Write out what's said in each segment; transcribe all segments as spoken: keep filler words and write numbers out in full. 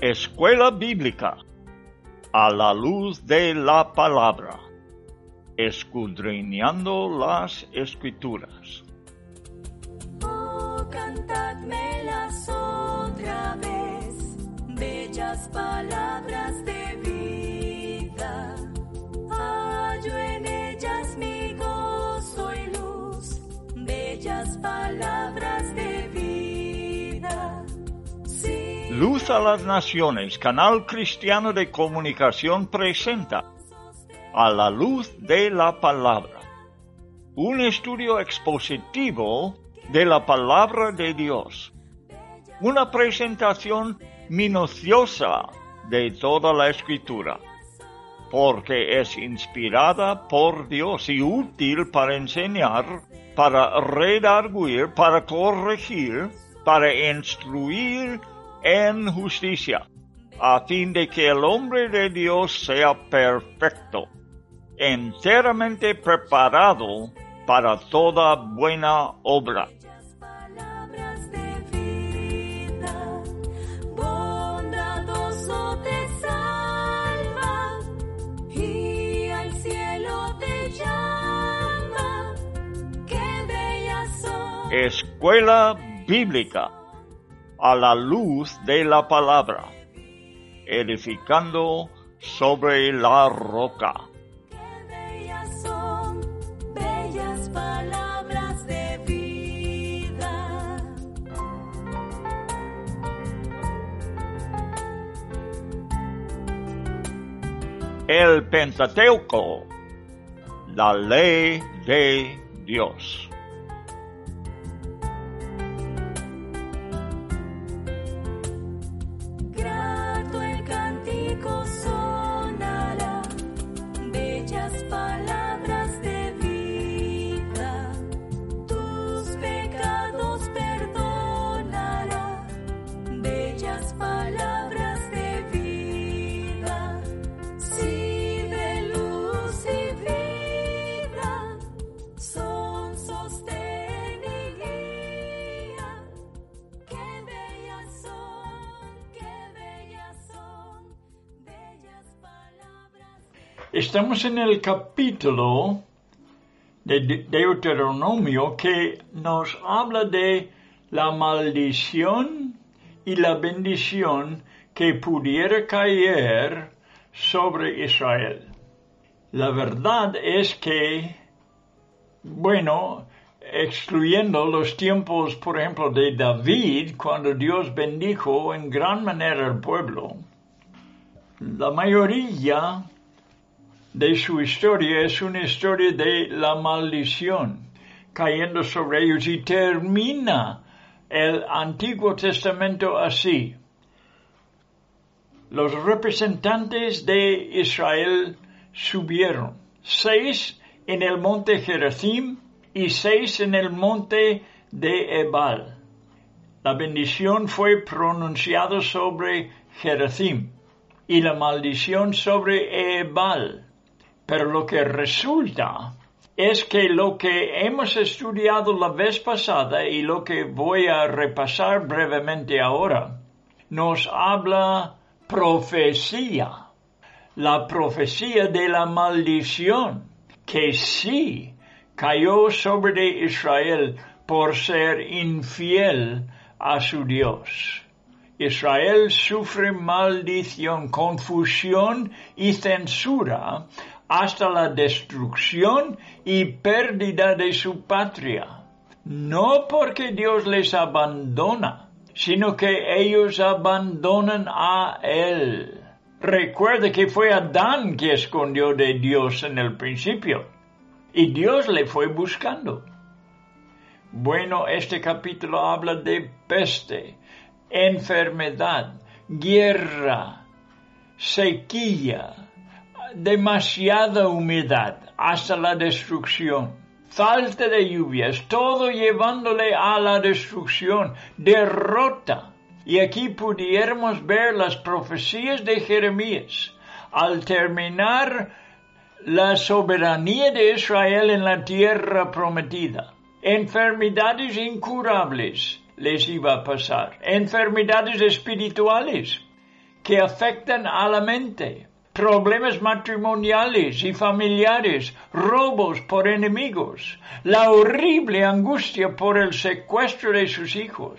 Escuela Bíblica a la luz de la palabra, escudriñando las Escrituras. Oh, cantadmelas otra vez, bellas palabras de vida. Hallo en ellas mi gozo y luz, bellas palabras de vida. Sí. Luz a las Naciones, canal cristiano de comunicación, presenta A la luz de la palabra, un estudio expositivo de la palabra de Dios, una presentación minuciosa de toda la Escritura, porque es inspirada por Dios y útil para enseñar, para redarguir, para corregir, para instruir en justicia, a fin de que el hombre de Dios sea perfecto, enteramente preparado para toda buena obra. Palabras de vida, bondadoso te salva y al cielo te llama. Qué bellas son. Escuela Bíblica a la luz de la palabra, edificando sobre la roca. Qué bellas son, bellas palabras de vida. El Pentateuco, la ley de Dios. Grato el cántico sonará, bellas palabras de vida. Tus pecados perdonará, bellas palabras de vida. Sí, de luz y vida, son sostén y guía. Qué bellas son, qué bellas son, bellas palabras. Estamos en el capítulo de De- Deuteronomio que nos habla de la maldición y la bendición que pudiera caer sobre Israel. La verdad es que, bueno, excluyendo los tiempos, por ejemplo, de David, cuando Dios bendijo en gran manera al pueblo, la mayoría de su historia es una historia de la maldición cayendo sobre ellos, y termina el Antiguo Testamento así. Los representantes de Israel subieron, seis en el monte Gerizim y seis en el monte de Ebal. La bendición fue pronunciada sobre Gerizim y la maldición sobre Ebal. Pero lo que resulta es que lo que hemos estudiado la vez pasada y lo que voy a repasar brevemente ahora, nos habla profecía, la profecía de la maldición que sí cayó sobre Israel por ser infiel a su Dios. Israel sufre maldición, confusión y censura hasta la destrucción y pérdida de su patria. No porque Dios les abandona, sino que ellos abandonan a Él. Recuerde que fue Adán que escondió de Dios en el principio, y Dios le fue buscando. Bueno, este capítulo habla de peste, enfermedad, guerra, sequía, demasiada humedad hasta la destrucción, falta de lluvias, todo llevándole a la destrucción, derrota. Y aquí pudiéramos ver las profecías de Jeremías al terminar la soberanía de Israel en la tierra prometida. Enfermedades incurables les iba a pasar, enfermedades espirituales que afectan a la mente, problemas matrimoniales y familiares, robos por enemigos, la horrible angustia por el secuestro de sus hijos.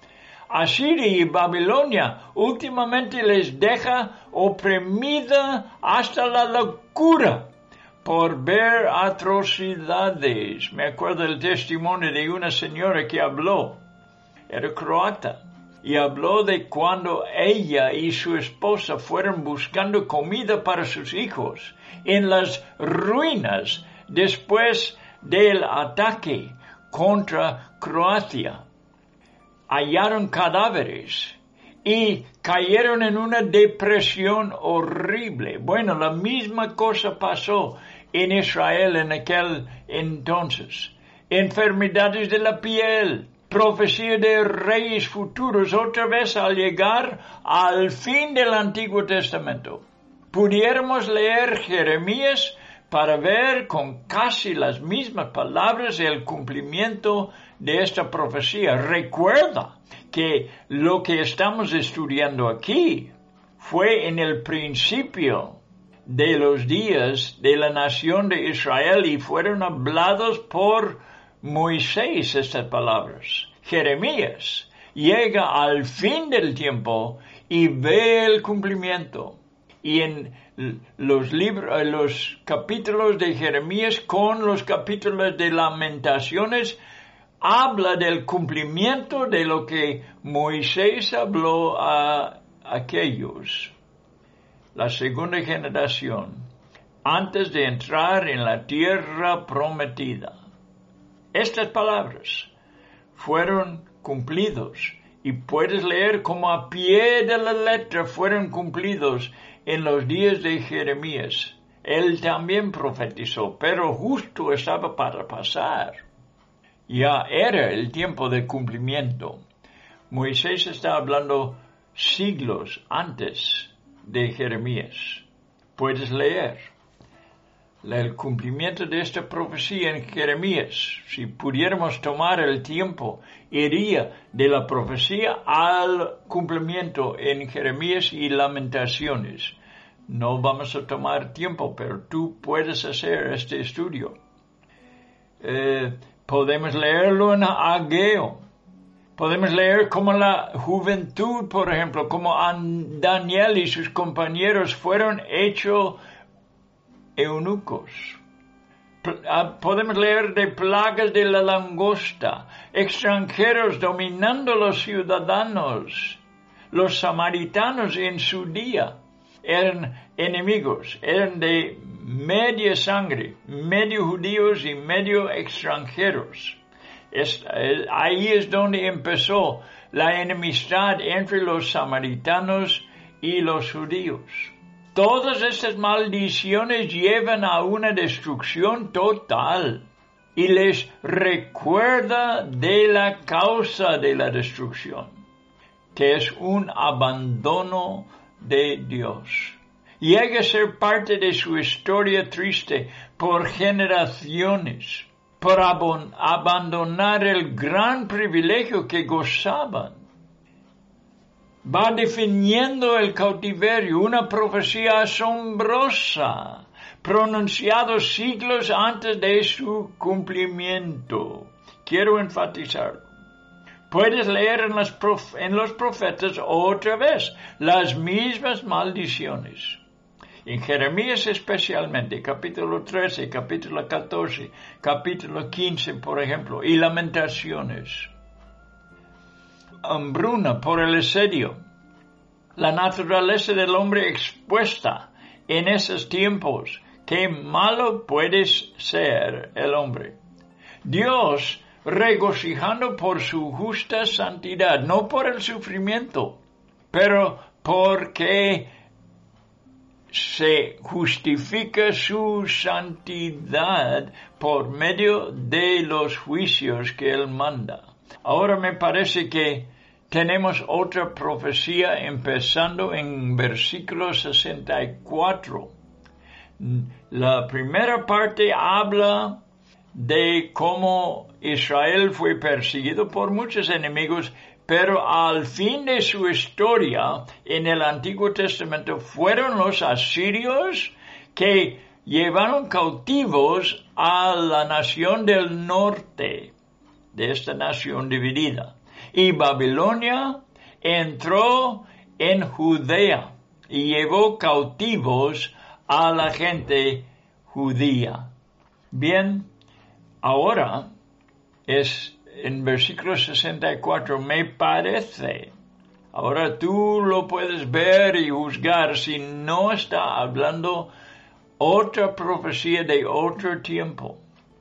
Asiria y Babilonia últimamente les deja oprimida hasta la locura por ver atrocidades. Me acuerdo del testimonio de una señora que habló, era croata, y habló de cuando ella y su esposa fueron buscando comida para sus hijos en las ruinas después del ataque contra Croacia. Hallaron cadáveres y cayeron en una depresión horrible. Bueno, la misma cosa pasó en Israel en aquel entonces. Enfermedades de la piel, profecía de reyes futuros, otra vez al llegar al fin del Antiguo Testamento. Pudiéramos leer Jeremías para ver con casi las mismas palabras el cumplimiento de esta profecía. Recuerda que lo que estamos estudiando aquí fue en el principio de los días de la nación de Israel y fueron hablados por Moisés estas palabras. Jeremías llega al fin del tiempo y ve el cumplimiento. Y en los libros, los capítulos de Jeremías con los capítulos de Lamentaciones habla del cumplimiento de lo que Moisés habló a aquellos, la segunda generación, antes de entrar en la tierra prometida. Estas palabras fueron cumplidos y puedes leer cómo a pie de la letra fueron cumplidos en los días de Jeremías. Él también profetizó, pero justo estaba para pasar. Ya era el tiempo de cumplimiento. Moisés está hablando siglos antes de Jeremías. Puedes leer el cumplimiento de esta profecía en Jeremías. Si pudiéramos tomar el tiempo, iría de la profecía al cumplimiento en Jeremías y Lamentaciones. No vamos a tomar tiempo, pero tú puedes hacer este estudio. Eh, podemos leerlo en Ageo. Podemos leer cómo la juventud, por ejemplo, como Daniel y sus compañeros fueron hechos eunucos. Podemos leer de plagas de la langosta, extranjeros dominando los ciudadanos. Los samaritanos en su día eran enemigos, eran de media sangre, medio judíos y medio extranjeros. Es, eh, ahí es donde empezó la enemistad entre los samaritanos y los judíos. Todas estas maldiciones llevan a una destrucción total y les recuerda de la causa de la destrucción, que es un abandono de Dios. Llega a ser parte de su historia triste por generaciones, por abon- abandonar el gran privilegio que gozaban. Va definiendo el cautiverio, una profecía asombrosa, pronunciada siglos antes de su cumplimiento. Quiero enfatizarlo. Puedes leer en, las prof- en los profetas otra vez las mismas maldiciones. En Jeremías especialmente, capítulo trece, capítulo catorce, capítulo quince, por ejemplo, y Lamentaciones. Hambruna por el asedio. La naturaleza del hombre expuesta en esos tiempos. Qué malo puede ser el hombre. Dios regocijando por su justa santidad, no por el sufrimiento, pero porque se justifica su santidad por medio de los juicios que Él manda. Ahora me parece que tenemos otra profecía empezando en versículo sesenta y cuatro. La primera parte habla de cómo Israel fue perseguido por muchos enemigos, pero al fin de su historia en el Antiguo Testamento fueron los asirios que llevaron cautivos a la nación del norte de esta nación dividida. Y Babilonia entró en Judea y llevó cautivos a la gente judía. Bien, ahora es en versículo sesenta y cuatro, me parece. Ahora tú lo puedes ver y juzgar si no está hablando otra profecía de otro tiempo.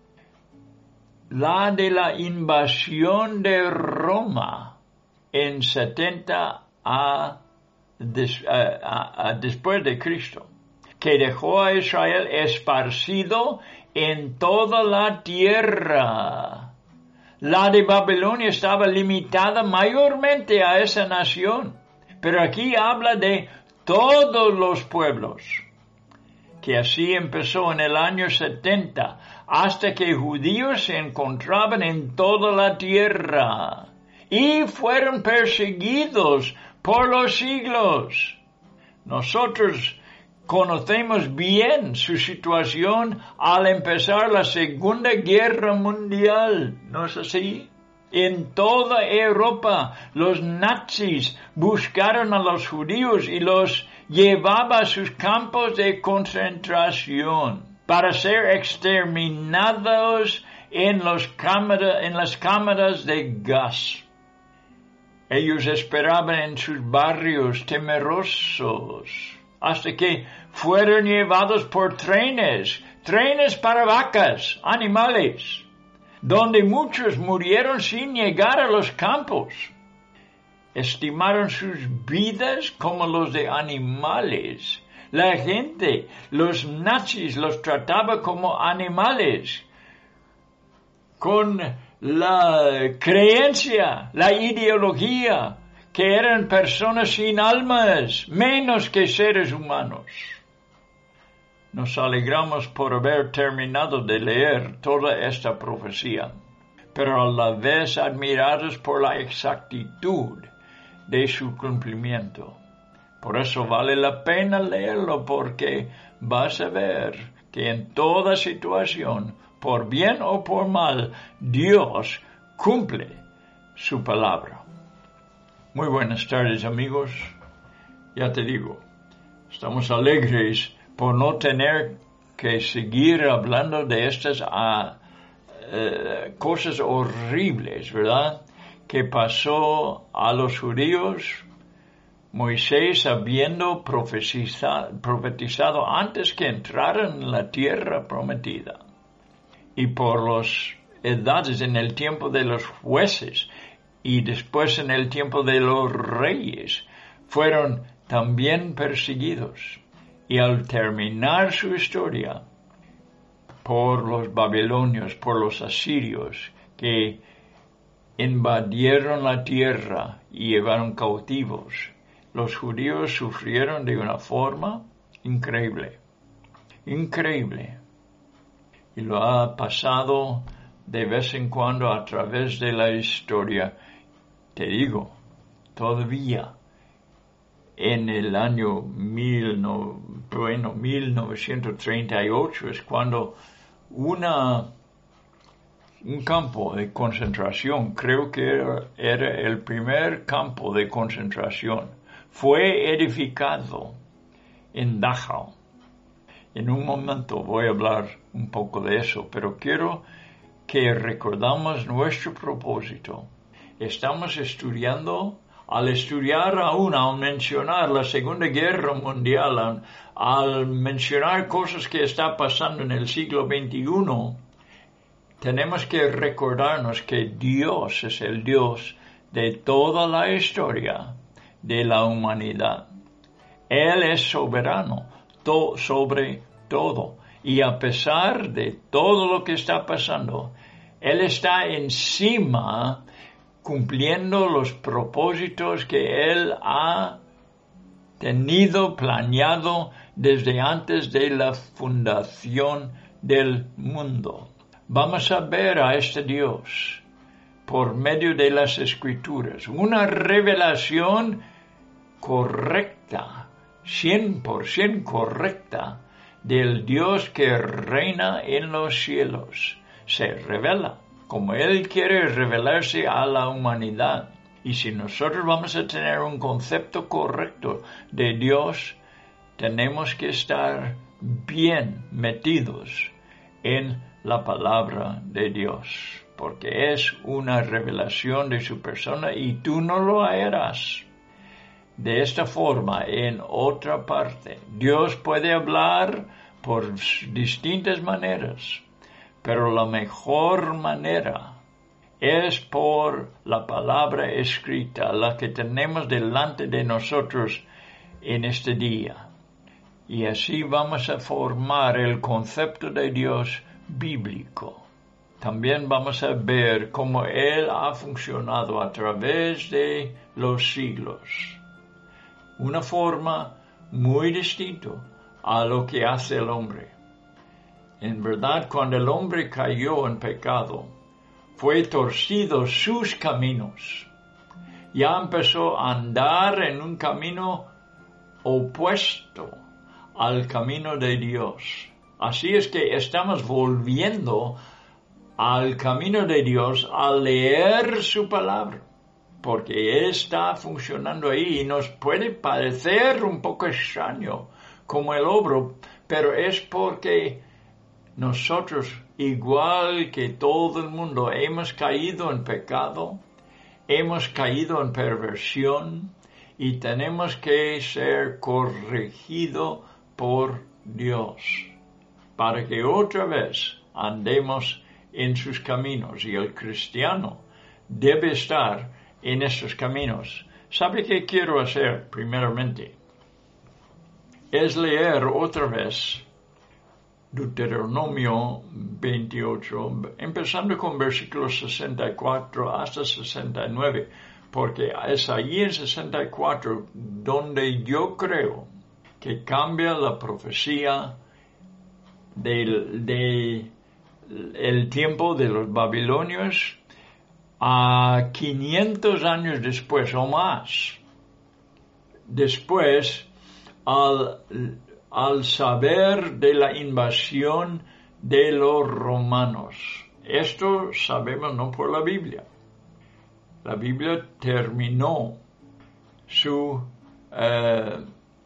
La de la invasión de Roma en setenta a, des, a, a, a después de Cristo, que dejó a Israel esparcido en toda la tierra. La de Babilonia estaba limitada mayormente a esa nación, pero aquí habla de todos los pueblos, que así empezó en el año setenta, hasta que judíos se encontraban en toda la tierra y fueron perseguidos por los siglos. Nosotros conocemos bien su situación al empezar la Segunda Guerra Mundial, ¿no es así? En toda Europa los nazis buscaron a los judíos y los llevaban a sus campos de concentración para ser exterminados en, los cámara, en las cámaras de gas. Ellos esperaban en sus barrios temerosos hasta que fueron llevados por trenes, trenes para vacas, animales, donde muchos murieron sin llegar a los campos. Estimaron sus vidas como los de animales. La gente, los nazis, los trataba como animales, con la creencia, la ideología, que eran personas sin almas, menos que seres humanos. Nos alegramos por haber terminado de leer toda esta profecía, pero a la vez admirados por la exactitud de su cumplimiento. Por eso vale la pena leerlo, porque vas a ver que en toda situación, por bien o por mal, Dios cumple su palabra. Muy buenas tardes, amigos. Ya te digo, estamos alegres por no tener que seguir hablando de estas uh, uh, cosas horribles, ¿verdad?, que pasó a los judíos. Moisés, habiendo profetizado antes que entraran en la tierra prometida, y por las edades en el tiempo de los jueces y después en el tiempo de los reyes, fueron también perseguidos. Y al terminar su historia por los babilonios, por los asirios, que invadieron la tierra y llevaron cautivos, los judíos sufrieron de una forma increíble, increíble. Y lo ha pasado de vez en cuando a través de la historia. Te digo, todavía en el año mil, no, bueno, mil novecientos treinta y ocho es cuando una, un campo de concentración, creo que era, era el primer campo de concentración, fue edificado en Dachau. En un momento voy a hablar un poco de eso, pero quiero que recordamos nuestro propósito. Estamos estudiando, al estudiar aún, al mencionar la Segunda Guerra Mundial, al, al mencionar cosas que están pasando en el siglo veintiuno, tenemos que recordarnos que Dios es el Dios de toda la historia de la humanidad. Él es soberano to- sobre todo. Y a pesar de todo lo que está pasando, Él está encima cumpliendo los propósitos que Él ha tenido planeado desde antes de la fundación del mundo. Vamos a ver a este Dios por medio de las Escrituras. Una revelación correcta, cien por ciento correcta, del Dios que reina en los cielos. Se revela como Él quiere revelarse a la humanidad. Y si nosotros vamos a tener un concepto correcto de Dios, tenemos que estar bien metidos en la palabra de Dios, porque es una revelación de su persona y tú no lo harás. De esta forma, en otra parte, Dios puede hablar por distintas maneras, pero la mejor manera es por la palabra escrita, la que tenemos delante de nosotros en este día. Y así vamos a formar el concepto de Dios bíblico. También vamos a ver cómo Él ha funcionado a través de los siglos. Una forma muy distinta a lo que hace el hombre. En verdad, cuando el hombre cayó en pecado, fue torcido sus caminos. Ya empezó a andar en un camino opuesto al camino de Dios. Así es que estamos volviendo al camino de Dios al leer su palabra, porque está funcionando ahí y nos puede parecer un poco extraño como el obro, pero es porque nosotros, igual que todo el mundo, hemos caído en pecado, hemos caído en perversión y tenemos que ser corregidos por Dios para que otra vez andemos en sus caminos. Y el cristiano debe estar en esos caminos. ¿Sabe qué quiero hacer primeramente? Es leer otra vez Deuteronomio veintiocho, empezando con versículos sesenta y cuatro hasta sesenta y nueve, porque es allí en sesenta y cuatro donde yo creo que cambia la profecía del de el tiempo de los babilonios a quinientos años después o más. Después, al, al saber de la invasión de los romanos. Esto sabemos no por la Biblia. La Biblia terminó su... Eh,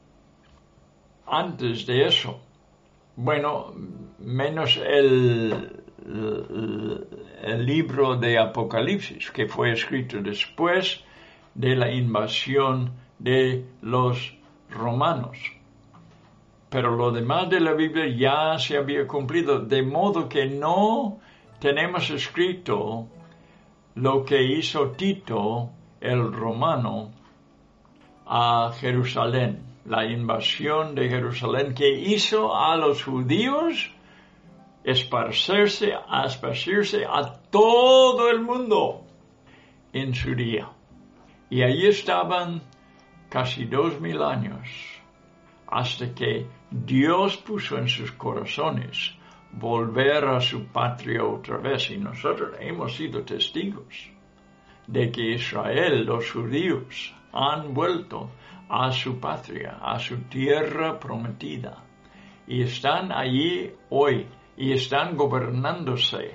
antes de eso. Bueno, menos el, el, el libro de Apocalipsis, que fue escrito después de la invasión de los romanos. Pero lo demás de la Biblia ya se había cumplido, de modo que no tenemos escrito lo que hizo Tito, el romano, a Jerusalén, la invasión de Jerusalén, que hizo a los judíos esparcerse, a esparcirse a todo el mundo en su día. Y allí estaban casi dos mil años, hasta que Dios puso en sus corazones volver a su patria otra vez. Y nosotros hemos sido testigos de que Israel, los judíos, han vuelto a su patria, a su tierra prometida. Y están allí hoy, y están gobernándose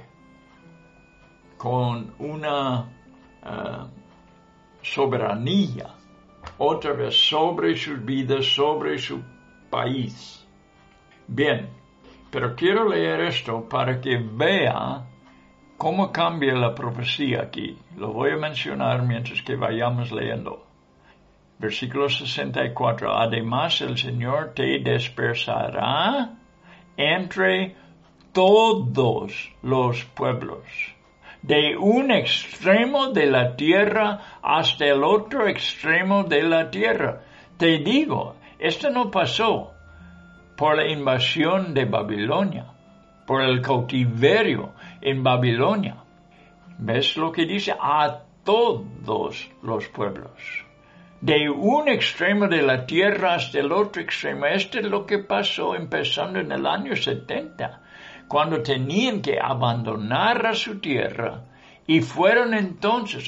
con una uh, soberanía, otra vez sobre sus vidas, sobre su país. Bien, pero quiero leer esto para que vea cómo cambia la profecía aquí. Lo voy a mencionar mientras que vayamos leyendo. Versículo sesenta y cuatro. Además, el Señor te dispersará entre todos los pueblos, de un extremo de la tierra hasta el otro extremo de la tierra. Te digo, esto no pasó por la invasión de Babilonia, por el cautiverio en Babilonia. ¿Ves lo que dice? A todos los pueblos. De un extremo de la tierra hasta el otro extremo. Esto es lo que pasó empezando en el año setenta, cuando tenían que abandonar a su tierra y fueron entonces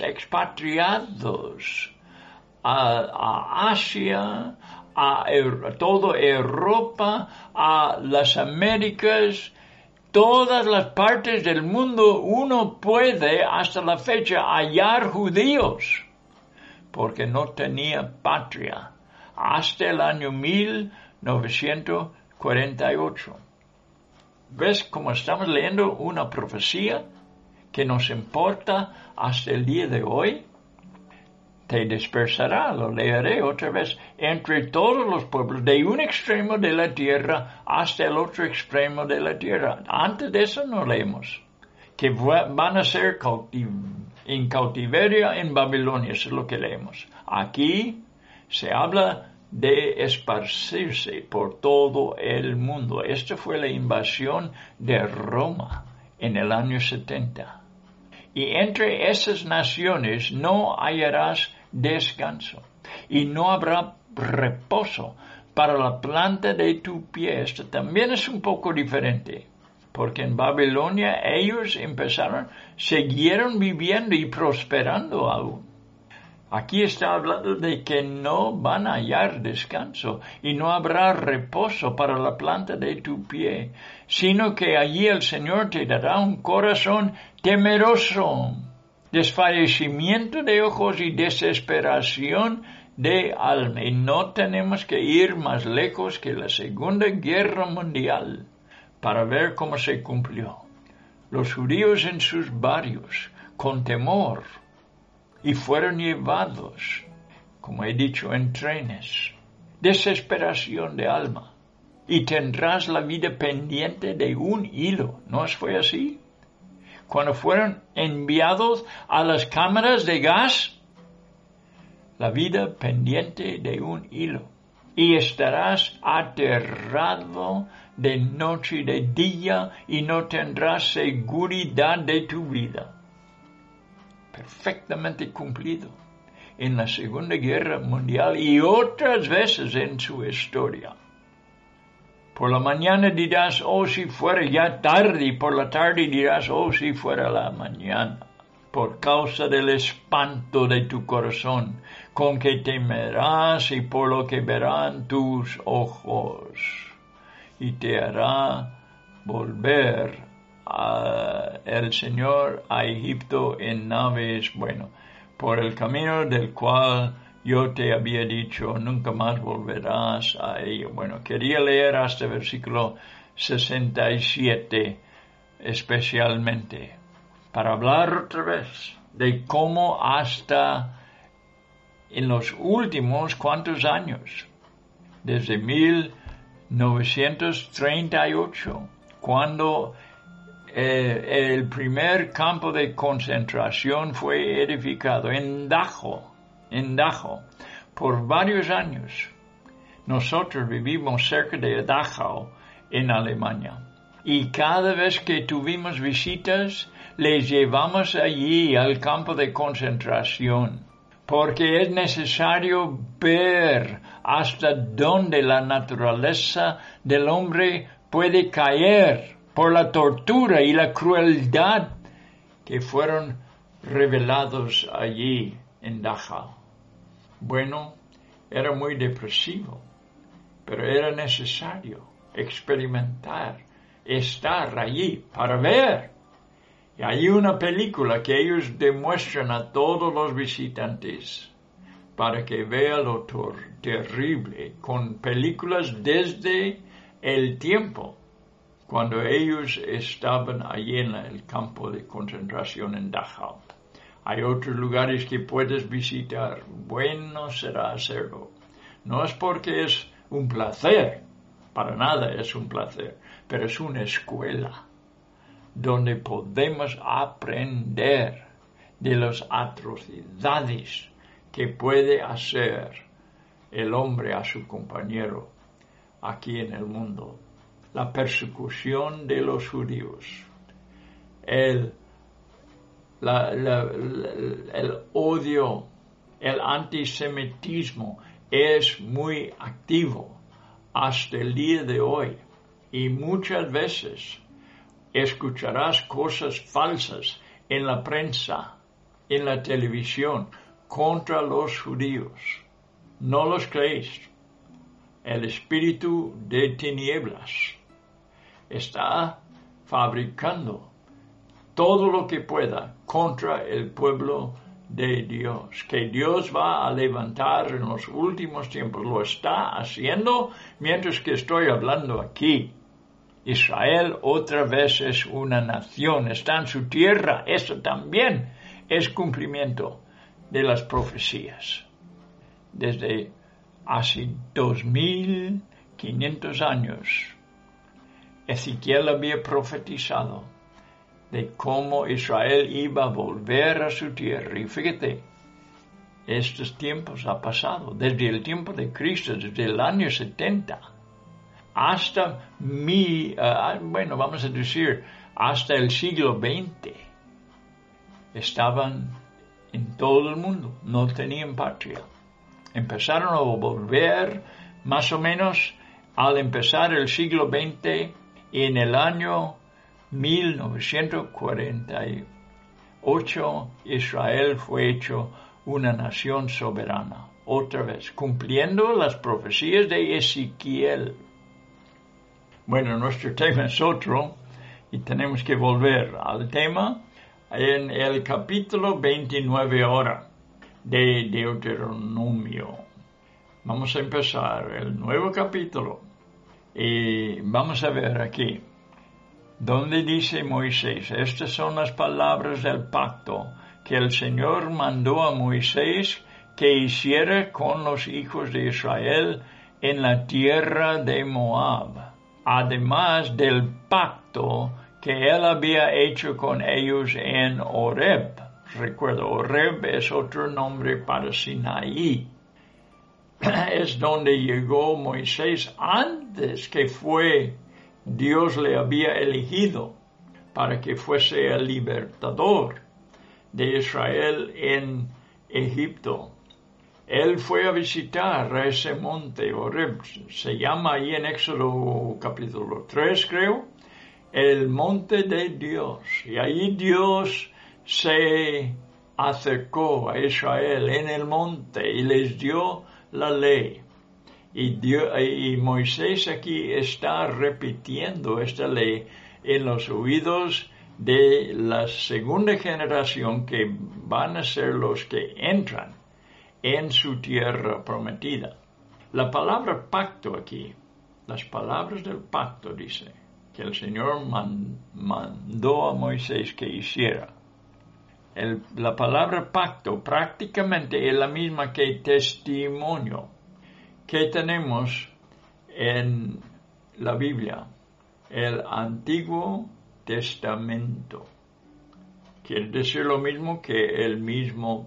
expatriados a, a Asia, a, a toda Europa, a las Américas, todas las partes del mundo. Uno puede hasta la fecha hallar judíos porque no tenía patria hasta el año mil novecientos cuarenta y ocho. ¿Ves cómo estamos leyendo una profecía que nos importa hasta el día de hoy? Te dispersará, lo leeré otra vez, entre todos los pueblos, de un extremo de la tierra hasta el otro extremo de la tierra. Antes de eso no leemos. Que van a ser cautiv- en cautiverio en Babilonia, eso es lo que leemos. Aquí se habla de esparcirse por todo el mundo. Esta fue la invasión de Roma en el año setenta. Y entre esas naciones no hallarás descanso, y no habrá reposo para la planta de tu pie. Esto también es un poco diferente, porque en Babilonia ellos empezaron, siguieron viviendo y prosperando aún. Aquí está hablando de que no van a hallar descanso y no habrá reposo para la planta de tu pie, sino que allí el Señor te dará un corazón temeroso, desfallecimiento de ojos y desesperación de alma. Y no tenemos que ir más lejos que la Segunda Guerra Mundial para ver cómo se cumplió. Los judíos en sus barrios, con temor, y fueron llevados, como he dicho, en trenes. Desesperación de alma. Y tendrás la vida pendiente de un hilo. ¿No fue así? Cuando fueron enviados a las cámaras de gas, la vida pendiente de un hilo. Y estarás aterrado de noche y de día y no tendrás seguridad de tu vida. Perfectamente cumplido en la Segunda Guerra Mundial y otras veces en su historia. Por la mañana dirás, oh, si fuera ya tarde, y por la tarde dirás, oh, si fuera la mañana, por causa del espanto de tu corazón, con que temerás y por lo que verán tus ojos, y te hará volver Uh, el Señor a Egipto en naves, bueno, por el camino del cual yo te había dicho, nunca más volverás a ello. Bueno, quería leer hasta el versículo sesenta y siete, especialmente, para hablar otra vez de cómo hasta en los últimos cuantos años, desde mil novecientos treinta y ocho, cuando Eh, el primer campo de concentración fue edificado en Dachau, en Dachau, por varios años. Nosotros vivimos cerca de Dachau, en Alemania. Y cada vez que tuvimos visitas, les llevamos allí al campo de concentración, porque es necesario ver hasta dónde la naturaleza del hombre puede caer por la tortura y la crueldad que fueron revelados allí en Dachau. Bueno, era muy depresivo, pero era necesario experimentar, estar allí para ver. Y hay una película que ellos demuestran a todos los visitantes para que vean lo terrible, con películas desde el tiempo cuando ellos estaban allí en el campo de concentración en Dachau. Hay otros lugares que puedes visitar. Bueno será hacerlo. No es porque es un placer, para nada es un placer, pero es una escuela donde podemos aprender de las atrocidades que puede hacer el hombre a su compañero aquí en el mundo. La persecución de los judíos, el, la, la, la, el odio, el antisemitismo es muy activo hasta el día de hoy. Y muchas veces escucharás cosas falsas en la prensa, en la televisión, contra los judíos. No los creéis. El espíritu de tinieblas está fabricando todo lo que pueda contra el pueblo de Dios, que Dios va a levantar en los últimos tiempos. Lo está haciendo mientras que estoy hablando aquí. Israel otra vez es una nación, está en su tierra. Eso también es cumplimiento de las profecías. Desde hace dos mil quinientos años, Ezequiel había profetizado de cómo Israel iba a volver a su tierra. Y fíjate, estos tiempos han pasado, desde el tiempo de Cristo, desde el año setenta, hasta mi, uh, bueno, vamos a decir, hasta el siglo veinte. Estaban en todo el mundo, no tenían patria. Empezaron a volver más o menos al empezar el siglo veinte, en el año mil novecientos cuarenta y ocho, Israel fue hecho una nación soberana, otra vez, cumpliendo las profecías de Ezequiel. Bueno, nuestro tema es otro, y tenemos que volver al tema en el capítulo veintinueve ahora de Deuteronomio. Vamos a empezar el nuevo capítulo, y vamos a ver aquí, donde dice Moisés: estas son las palabras del pacto que el Señor mandó a Moisés que hiciera con los hijos de Israel en la tierra de Moab, además del pacto que él había hecho con ellos en Horeb. Recuerda, Horeb es otro nombre para Sinaí. Es donde llegó Moisés antes que fue Dios le había elegido para que fuese el libertador de Israel en Egipto. Él fue a visitar a ese monte Horeb. Se llama ahí en Éxodo capítulo tres, creo, el monte de Dios. Y ahí Dios se acercó a Israel en el monte y les dio la ley. Y, Dios, y Moisés aquí está repitiendo esta ley en los oídos de la segunda generación, que van a ser los que entran en su tierra prometida. La palabra pacto aquí, las palabras del pacto, dice que el Señor man, mandó a Moisés que hiciera. El, la palabra pacto prácticamente es la misma que testimonio que tenemos en la Biblia, el Antiguo Testamento. Quiere decir lo mismo que el mismo,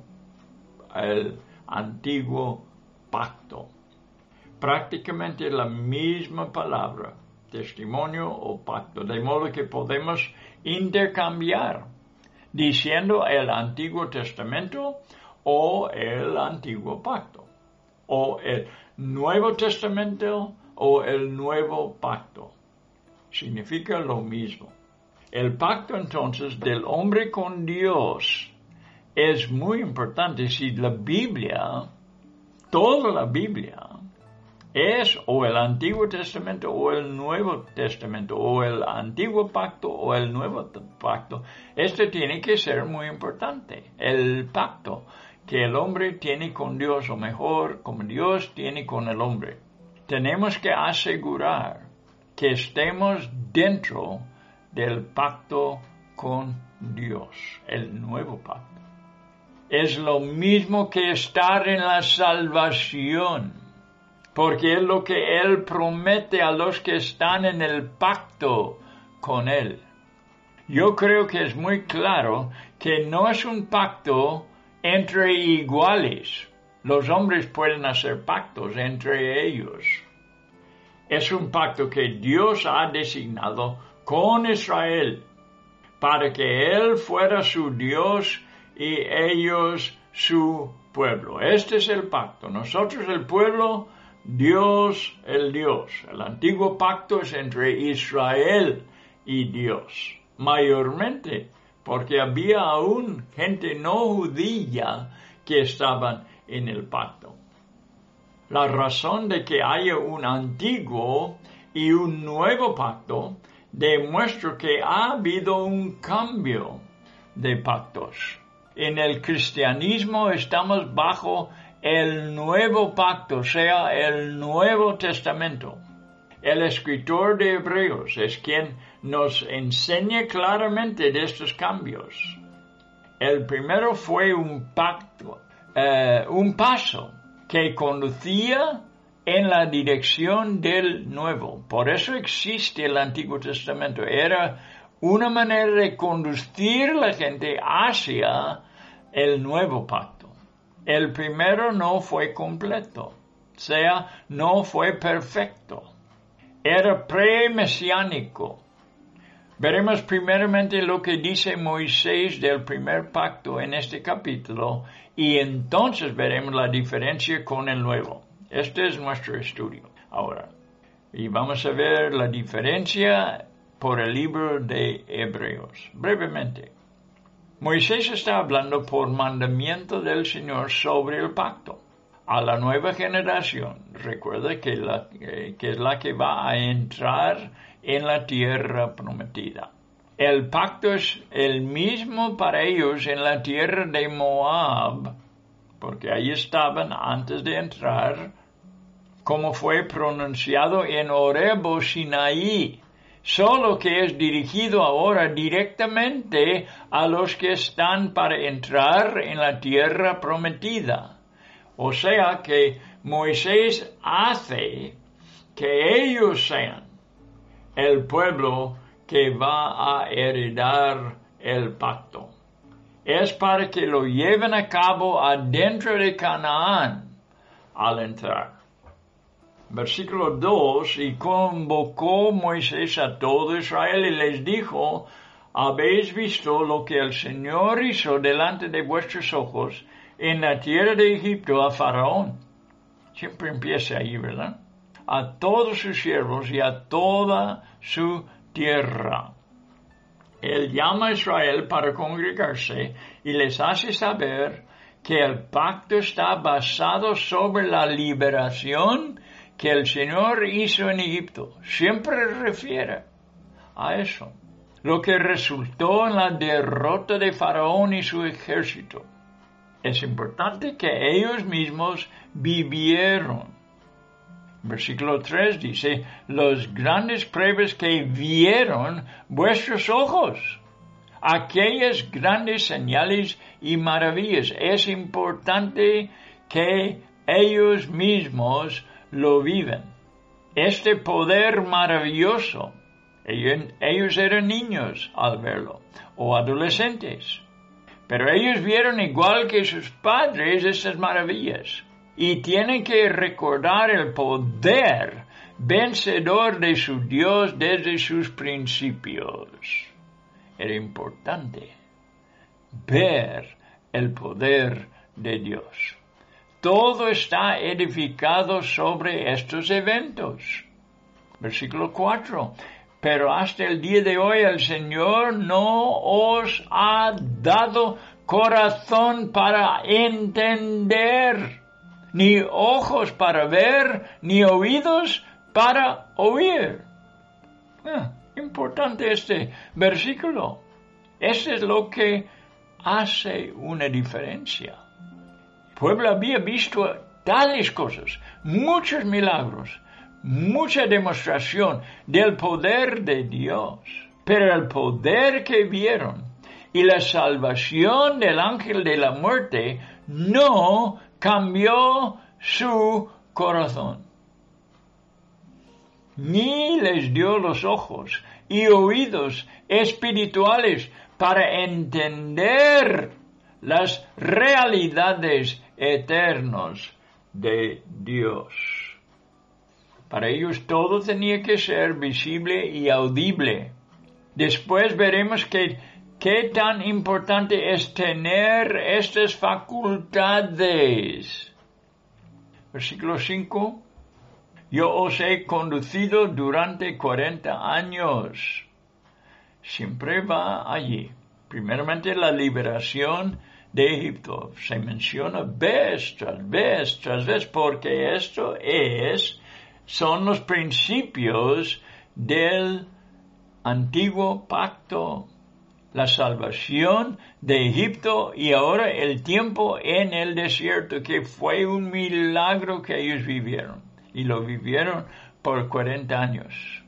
el Antiguo Pacto. Prácticamente la misma palabra, testimonio o pacto, de modo que podemos intercambiar diciendo el Antiguo Testamento o el Antiguo Pacto, o el Nuevo Testamento o el Nuevo Pacto. Significa lo mismo. El pacto entonces del hombre con Dios es muy importante. Si la Biblia, toda la Biblia, es o el Antiguo Testamento o el Nuevo Testamento, o el Antiguo Pacto o el Nuevo Pacto, este tiene que ser muy importante. El pacto que el hombre tiene con Dios, o mejor, como Dios tiene con el hombre. Tenemos que asegurar que estemos dentro del pacto con Dios, el nuevo pacto. Es lo mismo que estar en la salvación, porque es lo que Él promete a los que están en el pacto con Él. Yo creo que es muy claro que no es un pacto entre iguales. Los hombres pueden hacer pactos entre ellos. Es un pacto que Dios ha designado con Israel para que Él fuera su Dios y ellos su pueblo. Este es el pacto. Nosotros el pueblo, Dios el Dios. El antiguo pacto es entre Israel y Dios. Mayormente porque había aún gente no judía que estaban en el pacto. La razón de que haya un antiguo y un nuevo pacto demuestra que ha habido un cambio de pactos. En el cristianismo estamos bajo el nuevo pacto, o sea, el Nuevo Testamento. El escritor de Hebreos es quien nos enseña claramente de estos cambios. El primero fue un pacto, eh, un paso que conducía en la dirección del Nuevo. Por eso existe el Antiguo Testamento. Era una manera de conducir a la gente hacia el Nuevo Pacto. El primero no fue completo, o sea, no fue perfecto. Era pre-mesiánico. Veremos primeramente lo que dice Moisés del primer pacto en este capítulo y entonces veremos la diferencia con el nuevo. Este es nuestro estudio ahora. Y vamos a ver la diferencia por el libro de Hebreos. Brevemente. Moisés está hablando por mandamiento del Señor sobre el pacto. A la nueva generación, recuerda que, la, eh, que es la que va a entrar en la tierra prometida. El pacto es el mismo para ellos en la tierra de Moab, porque ahí estaban antes de entrar, como fue pronunciado en Horeb o Sinaí, solo que es dirigido ahora directamente a los que están para entrar en la tierra prometida. O sea que Moisés hace que ellos sean el pueblo que va a heredar el pacto. Es para que lo lleven a cabo adentro de Canaán al entrar. Versículo dos, y convocó Moisés a todo Israel y les dijo, habéis visto lo que el Señor hizo delante de vuestros ojos en la tierra de Egipto a Faraón. Siempre empieza ahí, ¿verdad? A todos sus siervos y a toda su tierra. Él llama a Israel para congregarse y les hace saber que el pacto está basado sobre la liberación que el Señor hizo en Egipto. Siempre refiere a eso. Lo que resultó en la derrota de Faraón y su ejército. Es importante que ellos mismos vivieron. Versículo tres dice, los grandes pruebas que vieron vuestros ojos, aquellas grandes señales y maravillas. Es importante que ellos mismos lo viven. Este poder maravilloso, ellos, ellos eran niños al verlo, o adolescentes. Pero ellos vieron igual que sus padres estas maravillas y tienen que recordar el poder vencedor de su Dios desde sus principios. Era importante ver el poder de Dios. Todo está edificado sobre estos eventos. Versículo cuatro. Pero hasta el día de hoy el Señor no os ha dado corazón para entender, ni ojos para ver, ni oídos para oír. Ah, importante este versículo. Eso es lo que hace una diferencia. El pueblo había visto tales cosas, muchos milagros, mucha demostración del poder de Dios. Pero el poder que vieron y la salvación del ángel de la muerte no cambió su corazón. Ni les dio los ojos y oídos espirituales para entender las realidades eternas de Dios. Para ellos todo tenía que ser visible y audible. Después veremos que qué tan importante es tener estas facultades. Versículo cinco. Yo os he conducido durante cuarenta años. Siempre va allí. Primeramente la liberación de Egipto. Se menciona vez tras vez tras vez porque esto es, son los principios del antiguo pacto. La salvación de Egipto y ahora el tiempo en el desierto, que fue un milagro que ellos vivieron. Y lo vivieron por cuarenta años.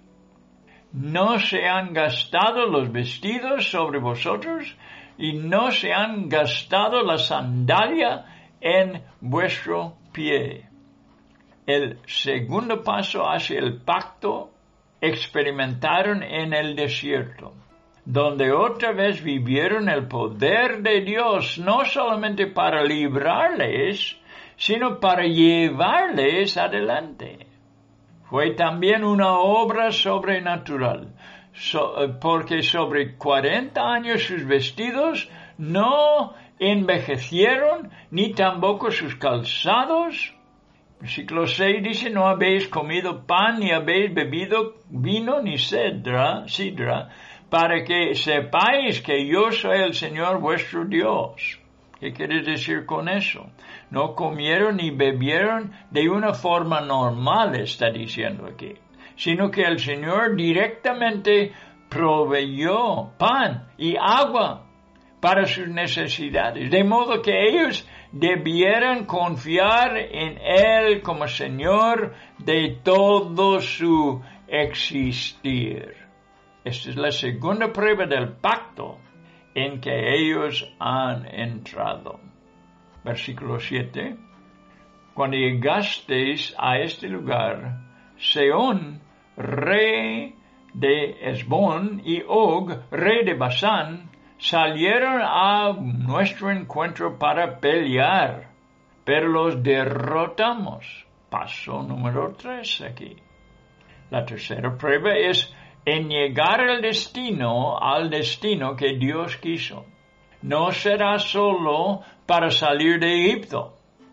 No se han gastado los vestidos sobre vosotros y no se han gastado la sandalia en vuestro pie. El segundo paso hacia el pacto experimentaron en el desierto, donde otra vez vivieron el poder de Dios, no solamente para librarles, sino para llevarles adelante. Fue también una obra sobrenatural, so, porque sobre cuarenta años sus vestidos no envejecieron, ni tampoco sus calzados. Versículo seis dice, no habéis comido pan, ni habéis bebido vino, ni sidra, sidra, para que sepáis que yo soy el Señor vuestro Dios. ¿Qué quiere decir con eso? No comieron ni bebieron de una forma normal, está diciendo aquí, sino que el Señor directamente proveyó pan y agua para sus necesidades, de modo que ellos debieran confiar en Él como Señor de todo su existir. Esta es la segunda prueba del pacto en que ellos han entrado. Versículo siete. Cuando llegasteis a este lugar, Sehón, rey de Hesbón, y Og, rey de Basán, salieron a nuestro encuentro para pelear, pero los derrotamos. Paso número tres aquí. La tercera prueba es en llegar al destino, al destino que Dios quiso. No será solo para salir de Egipto.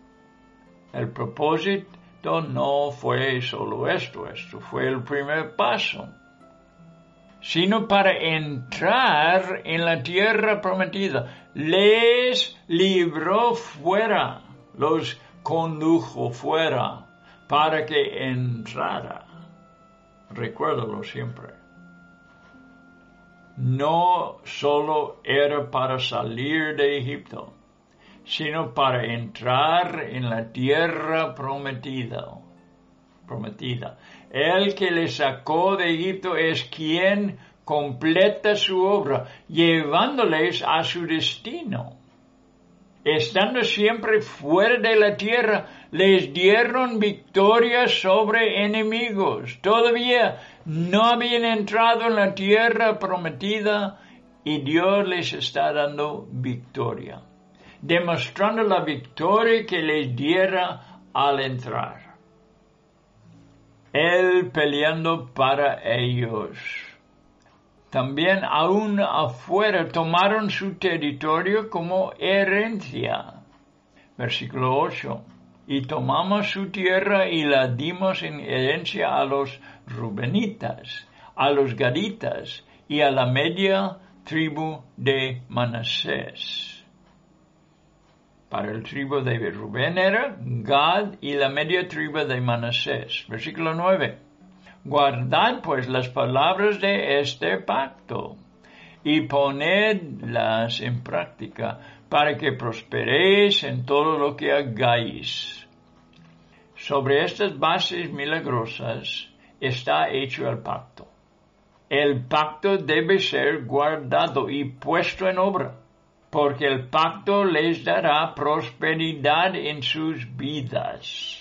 El propósito no fue solo esto, esto fue el primer paso, sino para entrar en la tierra prometida. Les libró fuera, los condujo fuera para que entrara. Recuérdalo siempre. No solo era para salir de Egipto, sino para entrar en la tierra prometida. prometida. El que le sacó de Egipto es quien completa su obra, llevándoles a su destino. Estando siempre fuera de la tierra, les dieron victoria sobre enemigos. Todavía no habían entrado en la tierra prometida y Dios les está dando victoria, demostrando la victoria que les diera al entrar. Él peleando para ellos. También aún afuera tomaron su territorio como herencia. Versículo ocho. Y tomamos su tierra y la dimos en herencia a los rubenitas, a los gaditas y a la media tribu de Manasés. Para el tribu de Rubén era Gad y la media tribu de Manasés. Versículo nueve. Guardad pues las palabras de este pacto y ponedlas en práctica para que prosperéis en todo lo que hagáis. Sobre estas bases milagrosas está hecho el pacto. El pacto debe ser guardado y puesto en obra, porque el pacto les dará prosperidad en sus vidas.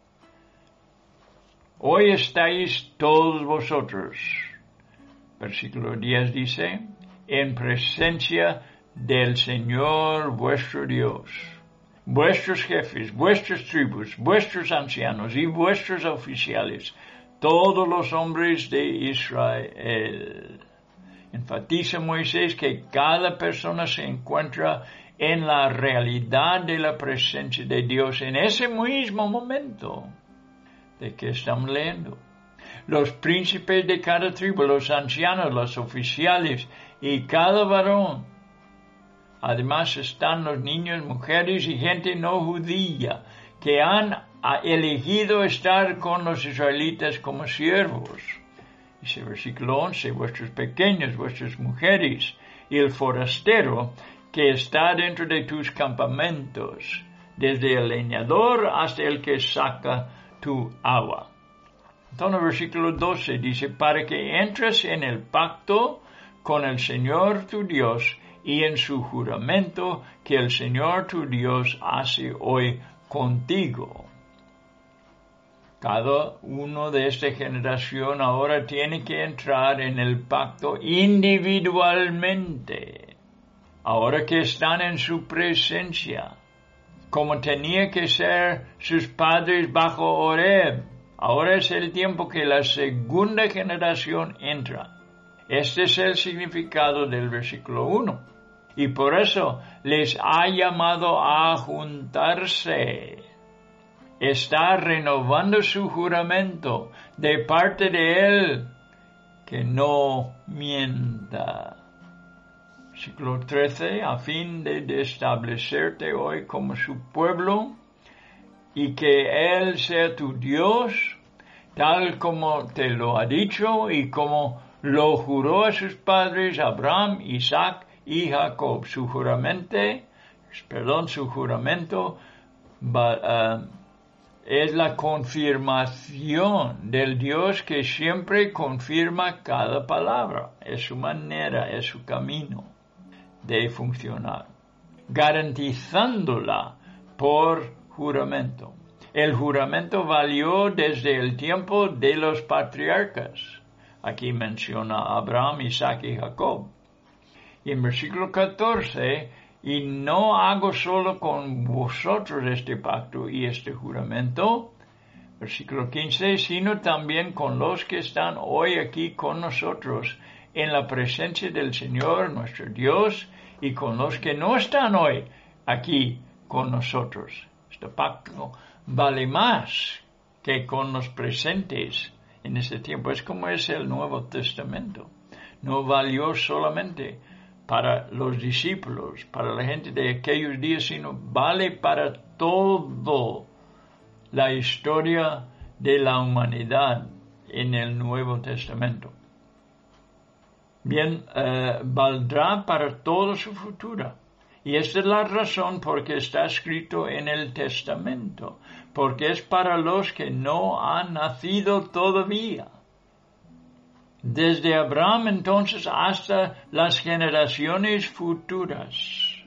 Hoy estáis todos vosotros, versículo diez dice, en presencia del Señor vuestro Dios, vuestros jefes, vuestras tribus, vuestros ancianos y vuestros oficiales, todos los hombres de Israel. Enfatiza Moisés que cada persona se encuentra en la realidad de la presencia de Dios en ese mismo momento de que estamos leyendo. Los príncipes de cada tribu, los ancianos, los oficiales y cada varón Además están los niños, mujeres y gente no judía que han elegido estar con los israelitas como siervos. Dice versículo once, vuestros pequeños, vuestras mujeres y el forastero que está dentro de tus campamentos, desde el leñador hasta el que saca tu agua. Entonces, versículo doce dice, para que entres en el pacto con el Señor tu Dios y en su juramento que el Señor tu Dios hace hoy contigo. Cada uno de esta generación ahora tiene que entrar en el pacto individualmente, ahora que están en su presencia, como tenía que ser sus padres bajo Horeb. Ahora es el tiempo que la segunda generación entra. Este es el significado del versículo uno. Y por eso les ha llamado a juntarse. Está renovando su juramento de parte de Él, que no mienta. Versículo trece, a fin de establecerte hoy como su pueblo, y que Él sea tu Dios, tal como te lo ha dicho y como lo juró a sus padres Abraham, Isaac y Jacob. Su juramento, perdón, su juramento uh, es la confirmación del Dios que siempre confirma cada palabra. Es su manera, es su camino de funcionar, garantizándola por juramento. El juramento valió desde el tiempo de los patriarcas. Aquí menciona a Abraham, Isaac y Jacob. Y en versículo catorce, y no hago solo con vosotros este pacto y este juramento, versículo quince, sino también con los que están hoy aquí con nosotros en la presencia del Señor nuestro Dios y con los que no están hoy aquí con nosotros. Este pacto vale más que con los presentes en este tiempo. Es como es el Nuevo Testamento. No valió solamente para los discípulos, para la gente de aquellos días, sino vale para toda la historia de la humanidad en el Nuevo Testamento. Bien, uh, valdrá para todo su futuro. Y esta es la razón por qué está escrito en el Testamento, porque es para los que no han nacido todavía. Desde Abraham entonces hasta las generaciones futuras.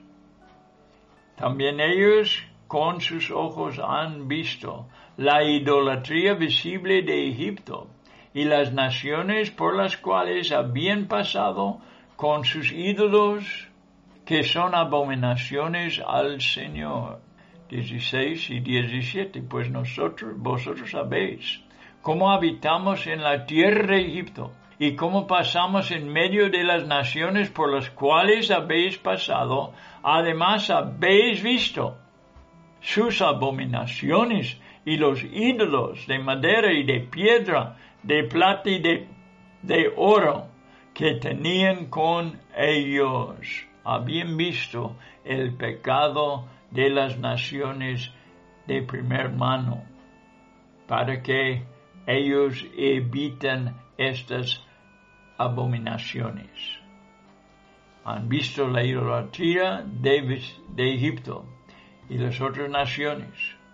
También ellos con sus ojos han visto la idolatría visible de Egipto y las naciones por las cuales habían pasado con sus ídolos, que son abominaciones al Señor. dieciséis y diecisiete. Pues nosotros, vosotros sabéis cómo habitamos en la tierra de Egipto y cómo pasamos en medio de las naciones por las cuales habéis pasado. Además habéis visto sus abominaciones y los ídolos de madera y de piedra, de plata y de, de oro que tenían con ellos. Habían visto el pecado de las naciones de primer mano, para que ellos eviten estas abominaciones. Han visto la idolatría de, de Egipto y las otras naciones,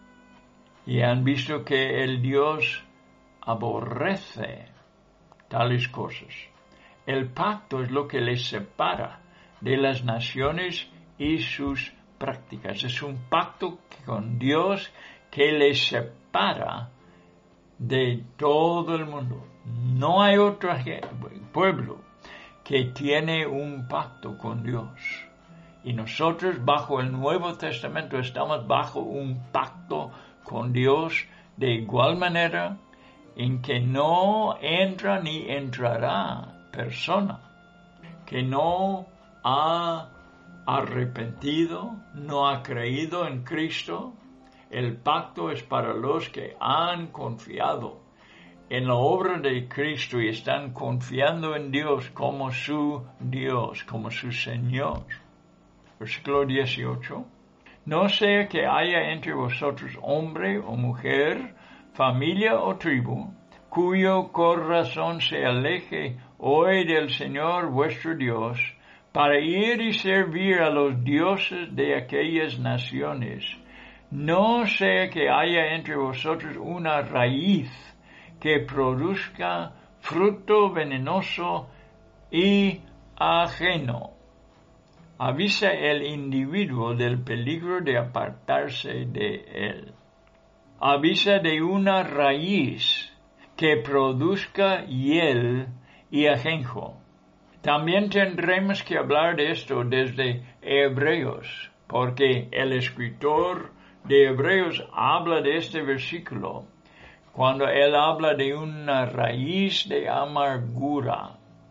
y han visto que el Dios aborrece tales cosas. El pacto es lo que les separa de las naciones y sus prácticas. Es un pacto con Dios que les separa de todo el mundo. No hay otro pueblo que tiene un pacto con Dios. Y nosotros bajo el Nuevo Testamento estamos bajo un pacto con Dios de igual manera en que no entra ni entrará persona que no ha arrepentido, no ha creído en Cristo. El pacto es para los que han confiado en la obra de Cristo y están confiando en Dios como su Dios, como su Señor. Versículo dieciocho. No sea que haya entre vosotros hombre o mujer, familia o tribu, cuyo corazón se aleje hoy del Señor vuestro Dios, para ir y servir a los dioses de aquellas naciones. No sea que haya entre vosotros una raíz que produzca fruto venenoso y ajeno. Avisa el individuo del peligro de apartarse de él. Avisa de una raíz que produzca hiel y ajenjo. También tendremos que hablar de esto desde Hebreos, porque el escritor de Hebreos habla de este versículo cuando él habla de una raíz de amargura.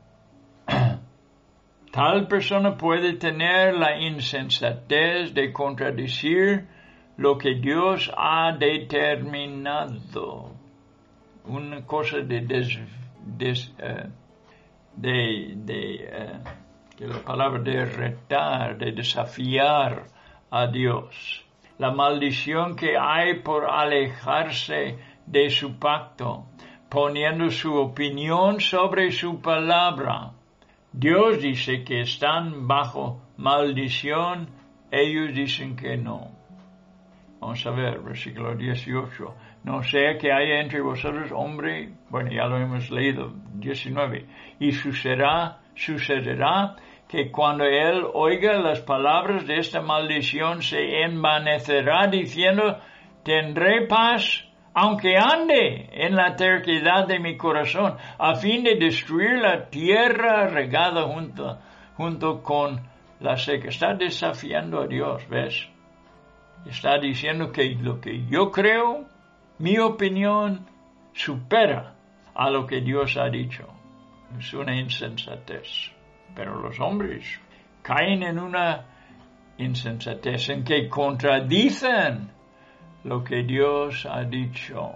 Tal persona puede tener la insensatez de contradecir lo que Dios ha determinado. Una cosa de des, des, uh, de, de uh, que la palabra de retar, de desafiar a Dios. La maldición que hay por alejarse de su pacto, poniendo su opinión sobre su palabra. Dios dice que están bajo maldición, ellos dicen que no. Vamos a ver, versículo dieciocho. No sea que haya entre vosotros hombre, bueno, ya lo hemos leído, diecinueve. Y sucederá, sucederá que cuando él oiga las palabras de esta maldición se envanecerá diciendo, tendré paz, aunque ande en la terquedad de mi corazón, a fin de destruir la tierra regada junto, junto con la seca. Está desafiando a Dios, ¿ves? Está diciendo que lo que yo creo, mi opinión, supera a lo que Dios ha dicho. Es una insensatez. Pero los hombres caen en una insensatez en que contradicen lo que Dios ha dicho.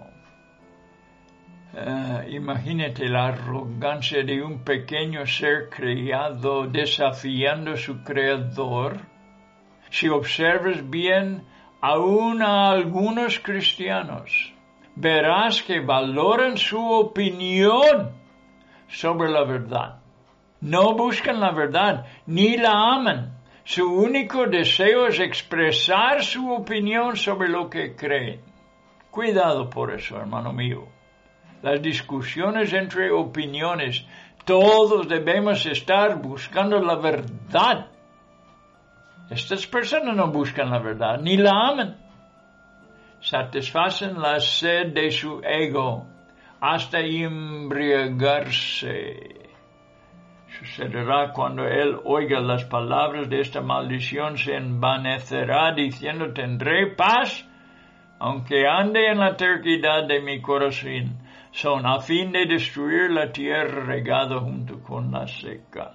Uh, imagínate la arrogancia de un pequeño ser creado desafiando a su creador. Si observas bien, aún a algunos cristianos, verás que valoran su opinión sobre la verdad. No buscan la verdad, ni la aman. Su único deseo es expresar su opinión sobre lo que creen. Cuidado por eso, hermano mío. Las discusiones entre opiniones, todos debemos estar buscando la verdad. Estas personas no buscan la verdad, ni la aman. Satisfacen la sed de su ego hasta embriagarse. Sucederá cuando él oiga las palabras de esta maldición, se envanecerá diciendo, tendré paz, aunque ande en la terquedad de mi corazón, son a fin de destruir la tierra regada junto con la seca.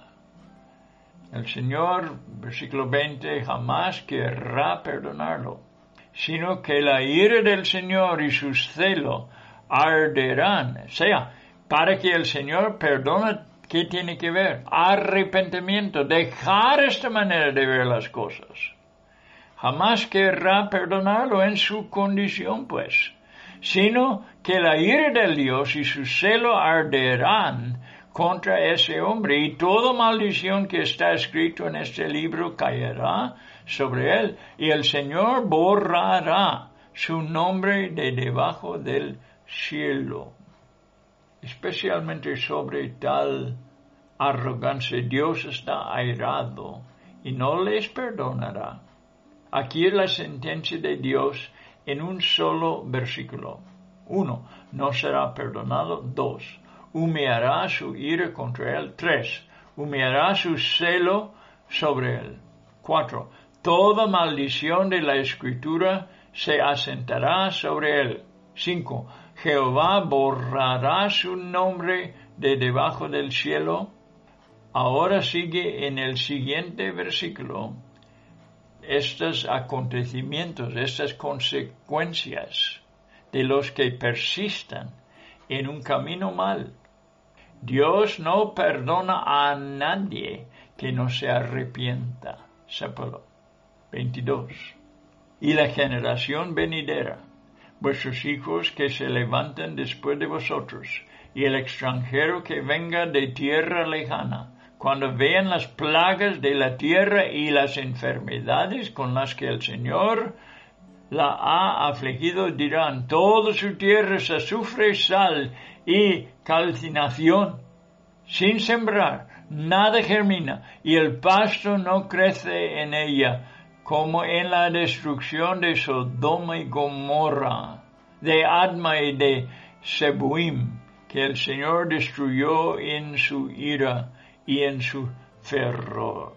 El Señor, versículo veinte, jamás querrá perdonarlo, sino que la ira del Señor y su celo arderán. O sea, para que el Señor perdone, ¿qué tiene que ver? Arrepentimiento, dejar esta manera de ver las cosas. Jamás querrá perdonarlo en su condición, pues, sino que la ira del Dios y su celo arderán contra ese hombre, y toda maldición que está escrito en este libro caerá sobre él, y el Señor borrará su nombre de debajo del cielo. Especialmente sobre tal arrogancia, Dios está airado y no les perdonará. Aquí es la sentencia de Dios en un solo versículo. Uno, no será perdonado. Dos, humeará su ira contra él. Tres, humeará su celo sobre él. Cuatro, toda maldición de la Escritura se asentará sobre él. Cinco, Jehová borrará su nombre de debajo del cielo. Ahora sigue en el siguiente versículo estos acontecimientos, estas consecuencias de los que persistan en un camino mal. Dios no perdona a nadie que no se arrepienta. sépalo. veintidós. Y la generación venidera, vuestros hijos que se levanten después de vosotros, y el extranjero que venga de tierra lejana, cuando vean las plagas de la tierra y las enfermedades con las que el Señor la ha afligido, dirán, toda su tierra es azufre, sal y calcinación, sin sembrar, nada germina, y el pasto no crece en ella, como en la destrucción de Sodoma y Gomorra, de Adma y de Zeboim, que el Señor destruyó en su ira y en su furor.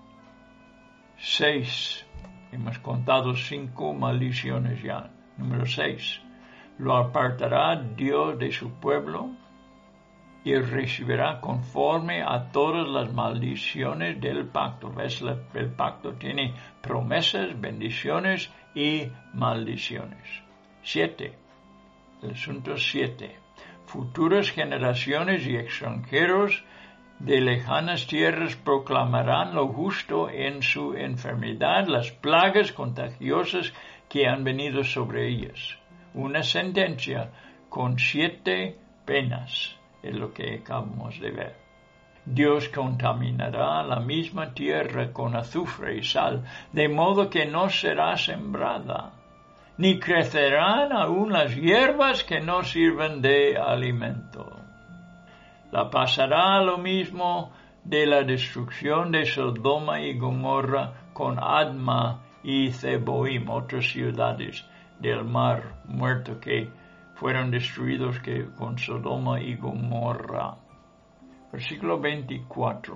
Seis. Hemos contado cinco maldiciones ya. Número seis. Lo apartará Dios de su pueblo y recibirá conforme a todas las maldiciones del pacto. ¿Ves? El pacto tiene promesas, bendiciones y maldiciones. Siete. El asunto siete. Futuras generaciones y extranjeros de lejanas tierras proclamarán lo justo en su enfermedad, las plagas contagiosas que han venido sobre ellas. Una sentencia con siete penas es lo que acabamos de ver. Dios contaminará la misma tierra con azufre y sal, de modo que no será sembrada, ni crecerán aún las hierbas que no sirven de alimento. La pasará lo mismo de la destrucción de Sodoma y Gomorra con Adma y Zeboim, otras ciudades del mar muerto que fueron destruidos que con Sodoma y Gomorra. Versículo veinticuatro.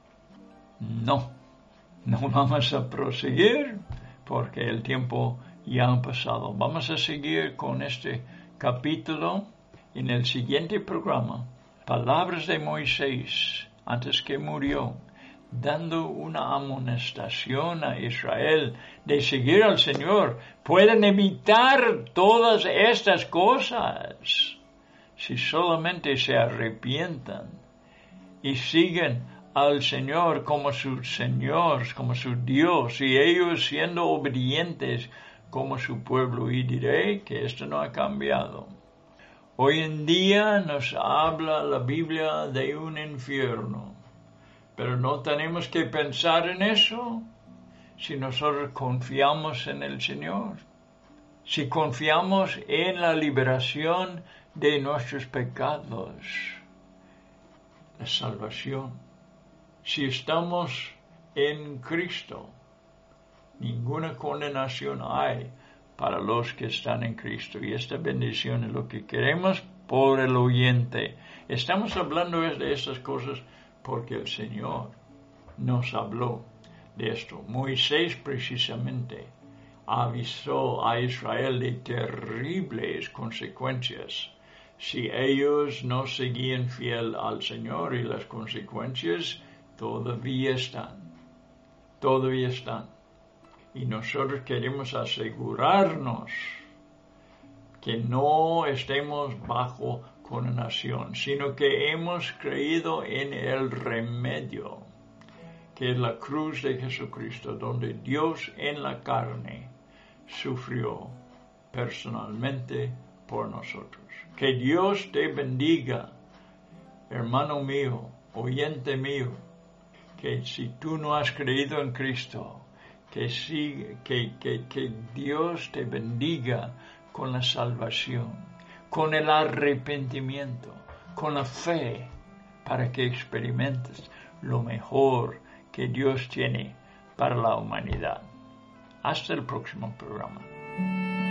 No, no vamos a proseguir porque el tiempo ya ha pasado. Vamos a seguir con este capítulo en el siguiente programa. Palabras de Moisés antes que murió, dando una amonestación a Israel de seguir al Señor. Pueden evitar todas estas cosas si solamente se arrepientan y siguen al Señor como su Señor, como su Dios, y ellos siendo obedientes como su pueblo. Y diré que esto no ha cambiado. Hoy en día nos habla la Biblia de un infierno, pero no tenemos que pensar en eso si nosotros confiamos en el Señor, si confiamos en la liberación de nuestros pecados, la salvación. Si estamos en Cristo, ninguna condenación hay para los que están en Cristo. Y esta bendición es lo que queremos por el oyente. Estamos hablando de estas cosas porque el Señor nos habló de esto. Moisés precisamente avisó a Israel de terribles consecuencias si ellos no seguían fiel al Señor, y las consecuencias todavía están. Todavía están. Y nosotros queremos asegurarnos que no estemos bajo condenación, sino que hemos creído en el remedio, que es la cruz de Jesucristo, donde Dios en la carne sufrió personalmente por nosotros. Que Dios te bendiga, hermano mío, oyente mío, que si tú no has creído en Cristo, Que, sigue, que, que, que Dios te bendiga con la salvación, con el arrepentimiento, con la fe, para que experimentes lo mejor que Dios tiene para la humanidad. Hasta el próximo programa.